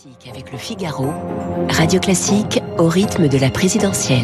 Classique avec le Figaro, Radio Classique au rythme de la présidentielle.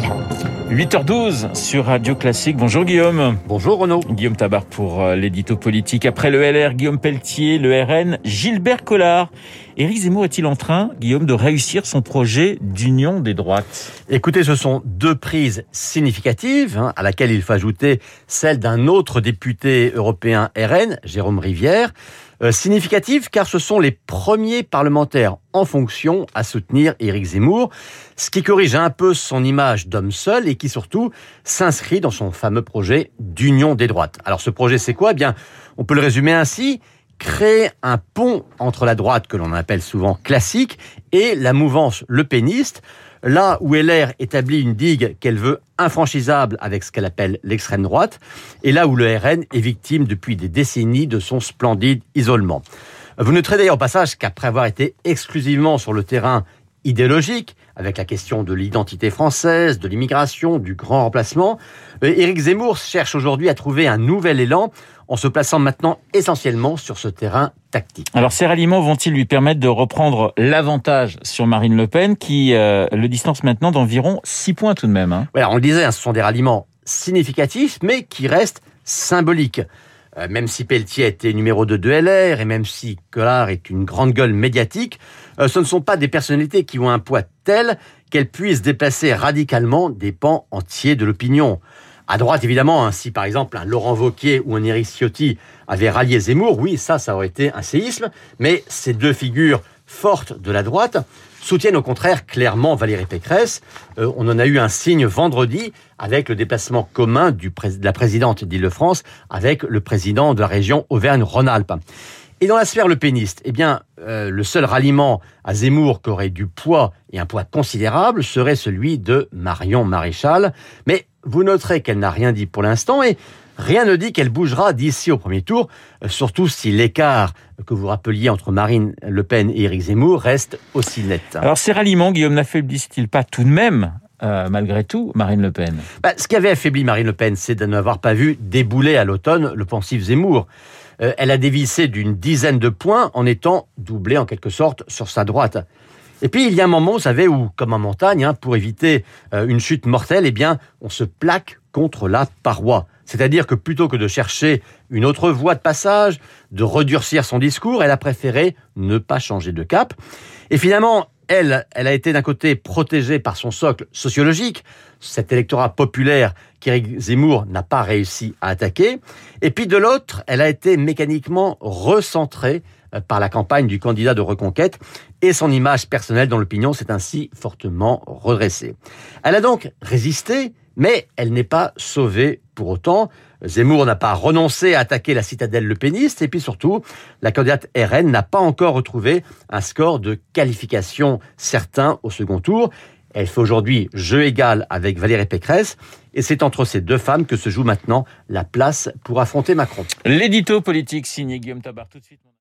8h12 sur Radio Classique. Bonjour Guillaume. Bonjour Renaud. Guillaume Tabar pour l'édito politique. Après le LR, Guillaume Pelletier, le RN, Gilbert Collard. Éric Zemmour est-il en train, Guillaume, de réussir son projet d'union des droites ? Écoutez, ce sont deux prises significatives, à laquelle il faut ajouter celle d'un autre député européen RN, Jérôme Rivière. Significative car ce sont les premiers parlementaires en fonction à soutenir Éric Zemmour, ce qui corrige un peu son image d'homme seul et qui surtout s'inscrit dans son fameux projet d'union des droites. Alors ce projet c'est quoi ? Eh bien, on peut le résumer ainsi. Créer un pont entre la droite, que l'on appelle souvent classique, et la mouvance lepéniste, là où LR établit une digue qu'elle veut infranchissable avec ce qu'elle appelle l'extrême droite, et là où le RN est victime depuis des décennies de son splendide isolement. Vous noterez d'ailleurs au passage qu'après avoir été exclusivement sur le terrain idéologique, avec la question de l'identité française, de l'immigration, du grand remplacement, Éric Zemmour cherche aujourd'hui à trouver un nouvel élan en se plaçant maintenant essentiellement sur ce terrain tactique. Alors ces ralliements vont-ils lui permettre de reprendre l'avantage sur Marine Le Pen qui le distance maintenant d'environ 6 points tout de même. Voilà, on le disait, ce sont des ralliements significatifs mais qui restent symboliques. Même si Pelletier a été numéro 2 de LR et même si Collard est une grande gueule médiatique, ce ne sont pas des personnalités qui ont un poids tel qu'elles puissent déplacer radicalement des pans entiers de l'opinion. À droite, évidemment, si par exemple un Laurent Wauquiez ou un Éric Ciotti avaient rallié Zemmour, oui, ça aurait été un séisme, mais ces deux figures fortes de la droite soutiennent au contraire clairement Valérie Pécresse. On en a eu un signe vendredi avec le déplacement commun de la présidente d'Île-de-France avec le président de la région Auvergne-Rhône-Alpes. Et dans la sphère lepéniste, le seul ralliement à Zemmour qui aurait du poids et un poids considérable serait celui de Marion Maréchal. Mais vous noterez qu'elle n'a rien dit pour l'instant et rien ne dit qu'elle bougera d'ici au premier tour, surtout si l'écart que vous rappeliez entre Marine Le Pen et Éric Zemmour reste aussi net. Alors ces ralliements, Guillaume, n'affaiblissent-ils pas tout de même malgré tout, Marine Le Pen ? Ce qui avait affaibli Marine Le Pen, c'est de n'avoir pas vu débouler à l'automne le pensif Zemmour. Elle a dévissé d'une dizaine de points en étant doublée en quelque sorte sur sa droite. Et puis il y a un moment, vous savez, où, comme en montagne, pour éviter une chute mortelle, on se plaque contre la paroi. C'est-à-dire que plutôt que de chercher une autre voie de passage, de redurcir son discours, elle a préféré ne pas changer de cap. Et finalement, elle a été d'un côté protégée par son socle sociologique, cet électorat populaire qu'Éric Zemmour n'a pas réussi à attaquer. Et puis de l'autre, elle a été mécaniquement recentrée par la campagne du candidat de Reconquête et son image personnelle dans l'opinion s'est ainsi fortement redressée. Elle a donc résisté, mais elle n'est pas sauvée pour autant. Zemmour n'a pas renoncé à attaquer la citadelle lepéniste et puis surtout, la candidate RN n'a pas encore retrouvé un score de qualification certain au second tour. Elle fait aujourd'hui jeu égal avec Valérie Pécresse et c'est entre ces deux femmes que se joue maintenant la place pour affronter Macron. L'édito politique signé Guillaume Tabar tout de suite.